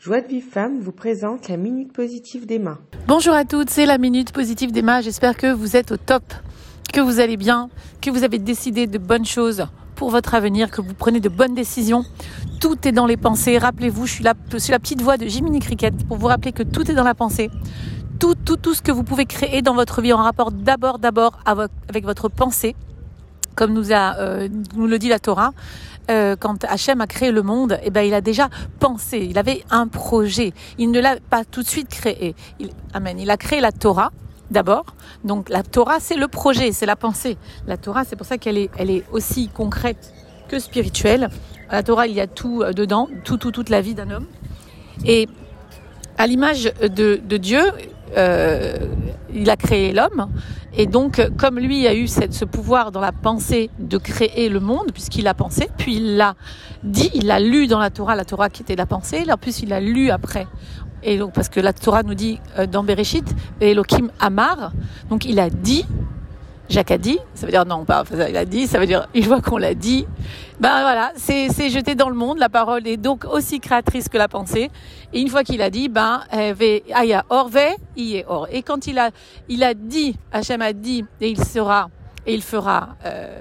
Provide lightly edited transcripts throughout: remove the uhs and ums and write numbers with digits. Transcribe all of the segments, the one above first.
Joie de Vive Femme vous présente la Minute Positive d'Emma. Bonjour à toutes, c'est la Minute Positive d'Emma. J'espère que vous êtes au top, que vous allez bien, que vous avez décidé de bonnes choses pour votre avenir, que vous prenez de bonnes décisions. Tout est dans les pensées. Rappelez-vous, je suis la petite voix de Jiminy Cricket pour vous rappeler que tout est dans la pensée. Tout ce que vous pouvez créer dans votre vie en rapport d'abord avec votre pensée, comme nous le dit la Torah. Quand Hachem a créé le monde, il a déjà pensé, il avait un projet. Il ne l'a pas tout de suite créé. Il a créé la Torah d'abord. Donc la Torah, c'est le projet, c'est la pensée. La Torah, c'est pour ça qu'elle est aussi concrète que spirituelle. La Torah, il y a tout dedans, toute la vie d'un homme. Et à l'image de Dieu, il a créé l'homme. Et donc, comme lui a eu ce pouvoir dans la pensée de créer le monde, puisqu'il a pensé, puis il l'a dit, il l'a lu dans la Torah qui était la pensée, en plus il l'a lu après. Et donc, parce que la Torah nous dit dans Bereshit, Elohim Amar, donc il a dit, Jacques a dit, ça veut dire non, pas il a dit, ça veut dire une fois qu'on l'a dit, c'est jeté dans le monde, la parole est donc aussi créatrice que la pensée. Et une fois qu'il a dit, aya orve, y est or. Et quand il a dit, Hachem a dit, et il sera, et il fera,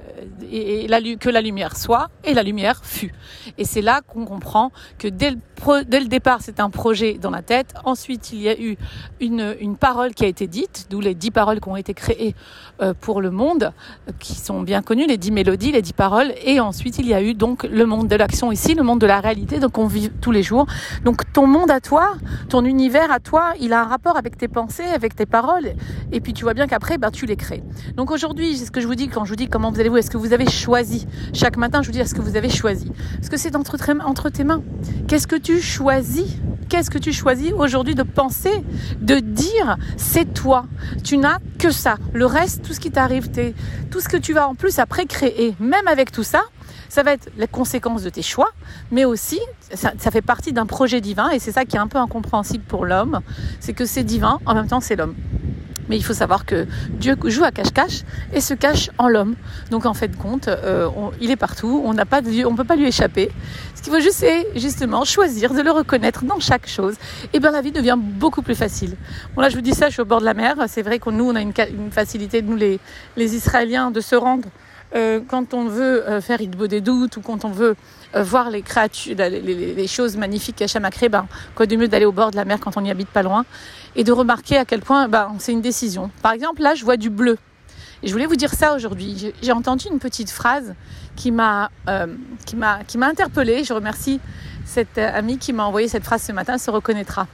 que la lumière soit, et la lumière fut. Et c'est là qu'on comprend que dès le départ, c'est un projet dans la tête. Ensuite, il y a eu une parole qui a été dite, d'où les 10 paroles qui ont été créées pour le monde, qui sont bien connues, les 10 mélodies, les 10 paroles. Et ensuite, il y a eu donc le monde de l'action ici, le monde de la réalité, donc on vit tous les jours. Donc ton monde à toi, ton univers à toi, il a un rapport avec tes pensées, avec tes paroles. Et puis tu vois bien qu'après, tu les crées. Donc aujourd'hui, c'est ce que je vous dis quand je vous dis comment vous allez-vous, est-ce que vous avez choisi? Chaque matin, je vous dis, est-ce que vous avez choisi? Parce que c'est entre tes mains. Qu'est-ce que tu choisis? Qu'est-ce que tu choisis aujourd'hui de penser, de dire, c'est toi. Tu n'as que ça. Le reste, tout ce qui t'arrive, tout ce que tu vas en plus après créer, même avec tout ça, ça va être les conséquences de tes choix, mais aussi, ça fait partie d'un projet divin, et c'est ça qui est un peu incompréhensible pour l'homme, c'est que c'est divin, en même temps c'est l'homme. Mais il faut savoir que Dieu joue à cache-cache et se cache en l'homme. Donc en fait de compte, il est partout, on ne peut pas lui échapper. Ce qu'il faut juste, c'est justement choisir de le reconnaître dans chaque chose. Et bien la vie devient beaucoup plus facile. Bon là je vous dis ça, je suis au bord de la mer. C'est vrai que nous on a une facilité, nous les Israéliens, de se rendre quand on veut faire Hitbo des doutes ou quand on veut voir les créatures, les choses magnifiques qu'Hachem a créées, quoi de mieux d'aller au bord de la mer quand on n'y habite pas loin et de remarquer à quel point c'est une décision. Par exemple, là, je vois du bleu. Et je voulais vous dire ça aujourd'hui. J'ai entendu une petite phrase qui m'a interpellée. Je remercie cette amie qui m'a envoyé cette phrase ce matin, elle se reconnaîtra.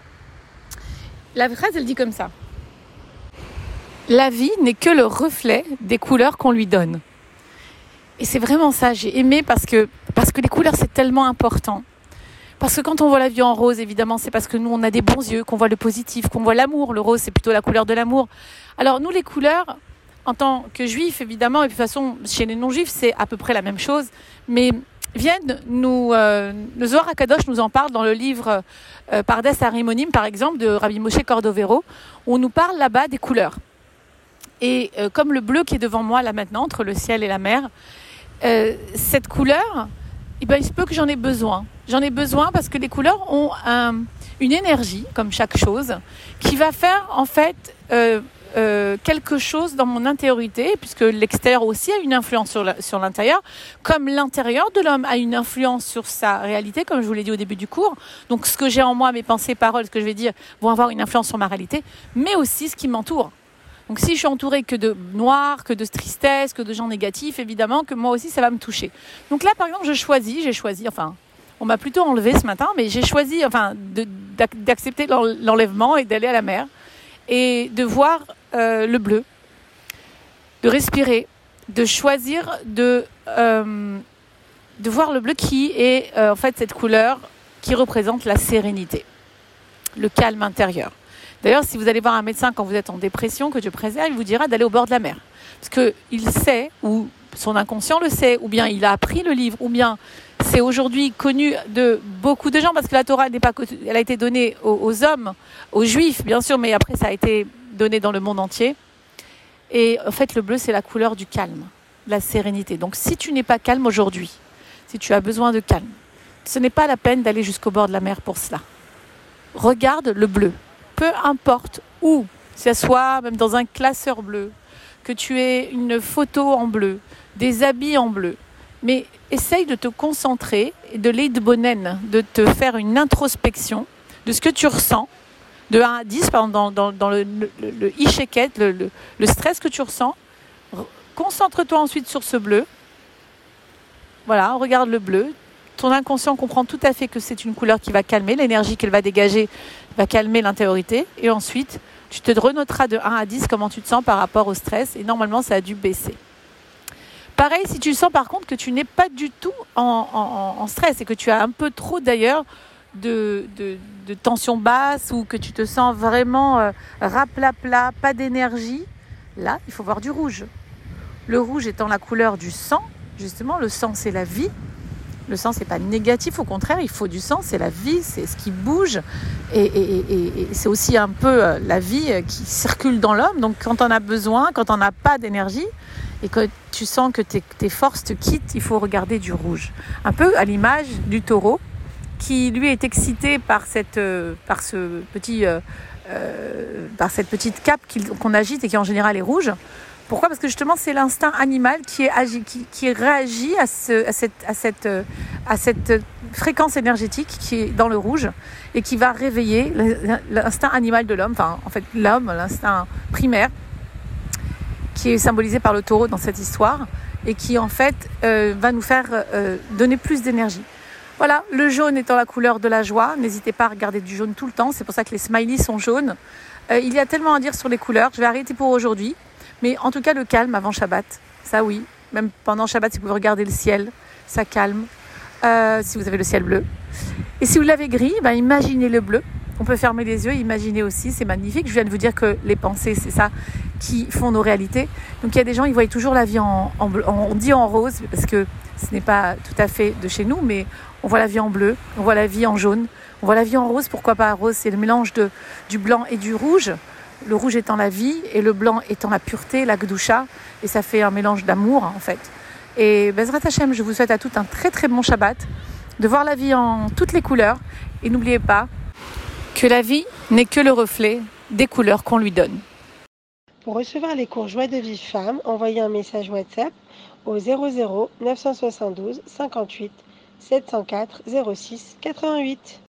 La phrase, elle dit comme ça. La vie n'est que le reflet des couleurs qu'on lui donne. Et c'est vraiment ça, j'ai aimé parce que les couleurs, c'est tellement important. Parce que quand on voit la vie en rose, évidemment, c'est parce que nous, on a des bons yeux, qu'on voit le positif, qu'on voit l'amour. Le rose, c'est plutôt la couleur de l'amour. Alors nous, les couleurs, en tant que juifs, évidemment, et de toute façon, chez les non-juifs, c'est à peu près la même chose, mais viennent le Zohar HaKadosh nous en parle dans le livre Pardes Harimonim, par exemple, de Rabbi Moshe Cordovero, où on nous parle là-bas des couleurs. Et comme le bleu qui est devant moi, là maintenant, entre le ciel et la mer, cette couleur, il se peut que j'en ai besoin. J'en ai besoin parce que les couleurs ont une énergie, comme chaque chose, qui va faire en fait quelque chose dans mon intériorité, puisque l'extérieur aussi a une influence sur l'intérieur, comme l'intérieur de l'homme a une influence sur sa réalité, comme je vous l'ai dit au début du cours. Donc ce que j'ai en moi, mes pensées, paroles, ce que je vais dire, vont avoir une influence sur ma réalité, mais aussi ce qui m'entoure. Donc si je suis entourée que de noir, que de tristesse, que de gens négatifs, évidemment que moi aussi ça va me toucher. Donc là par exemple j'ai choisi, on m'a plutôt enlevé ce matin, mais j'ai choisi d'accepter l'enlèvement et d'aller à la mer et de voir le bleu, de respirer, de choisir de voir le bleu qui est en fait cette couleur qui représente la sérénité, le calme intérieur. D'ailleurs, si vous allez voir un médecin quand vous êtes en dépression, que Dieu préserve, il vous dira d'aller au bord de la mer. Parce qu'il sait, ou son inconscient le sait, ou bien il a appris le livre, ou bien c'est aujourd'hui connu de beaucoup de gens, parce que la Torah elle a été donnée aux hommes, aux juifs, bien sûr, mais après ça a été donné dans le monde entier. Et en fait, le bleu, c'est la couleur du calme, de la sérénité. Donc si tu n'es pas calme aujourd'hui, si tu as besoin de calme, ce n'est pas la peine d'aller jusqu'au bord de la mer pour cela. regarde le bleu. Peu importe où, que ce soit même dans un classeur bleu, que tu aies une photo en bleu, des habits en bleu. Mais essaye de te concentrer et de l'Eidbonen, de te faire une introspection de ce que tu ressens, de 1 à 10, par exemple, dans le isheket, le stress que tu ressens. Concentre-toi ensuite sur ce bleu. Voilà, regarde le bleu. Ton inconscient comprend tout à fait que c'est une couleur qui va calmer, l'énergie qu'elle va dégager va calmer l'intériorité. Et ensuite, tu te renoteras de 1 à 10 comment tu te sens par rapport au stress. Et normalement, ça a dû baisser. Pareil, si tu sens par contre que tu n'es pas du tout en stress et que tu as un peu trop d'ailleurs de tension basse ou que tu te sens vraiment raplapla, pas d'énergie, là, il faut voir du rouge. Le rouge étant la couleur du sang, justement, le sang c'est la vie. Le sang c'est pas négatif, au contraire, il faut du sang, c'est la vie, c'est ce qui bouge et c'est aussi un peu la vie qui circule dans l'homme. Donc quand on a besoin, quand on n'a pas d'énergie et que tu sens que tes forces te quittent, il faut regarder du rouge. Un peu à l'image du taureau qui lui est excité par cette petite cape qu'on agite et qui en général est rouge. Pourquoi ? Parce que justement c'est l'instinct animal qui réagit à cette fréquence énergétique qui est dans le rouge et qui va réveiller l'instinct animal de l'homme, enfin en fait l'homme, l'instinct primaire qui est symbolisé par le taureau dans cette histoire et qui en fait va nous faire donner plus d'énergie. Voilà, le jaune étant la couleur de la joie, n'hésitez pas à regarder du jaune tout le temps, c'est pour ça que les smileys sont jaunes. Il y a tellement à dire sur les couleurs, je vais arrêter pour aujourd'hui. Mais en tout cas, le calme avant Shabbat, ça oui. Même pendant Shabbat, si vous pouvez regarder le ciel, ça calme. Si vous avez le ciel bleu. Et si vous l'avez gris, imaginez le bleu. On peut fermer les yeux, imaginer aussi, c'est magnifique. Je viens de vous dire que les pensées, c'est ça qui font nos réalités. Donc il y a des gens, ils voient toujours la vie en bleu. On dit en rose, parce que ce n'est pas tout à fait de chez nous, mais on voit la vie en bleu, on voit la vie en jaune, on voit la vie en rose. Pourquoi pas rose ? C'est le mélange du blanc et du rouge. Le rouge étant la vie et le blanc étant la pureté, la Gdusha. Et ça fait un mélange d'amour en fait. Et Bezrat Hashem, je vous souhaite à tous un très très bon Shabbat, de voir la vie en toutes les couleurs. Et n'oubliez pas que la vie n'est que le reflet des couleurs qu'on lui donne. Pour recevoir les cours Joie de Vivre Femme, envoyez un message WhatsApp au 00 972 58 704 06 88.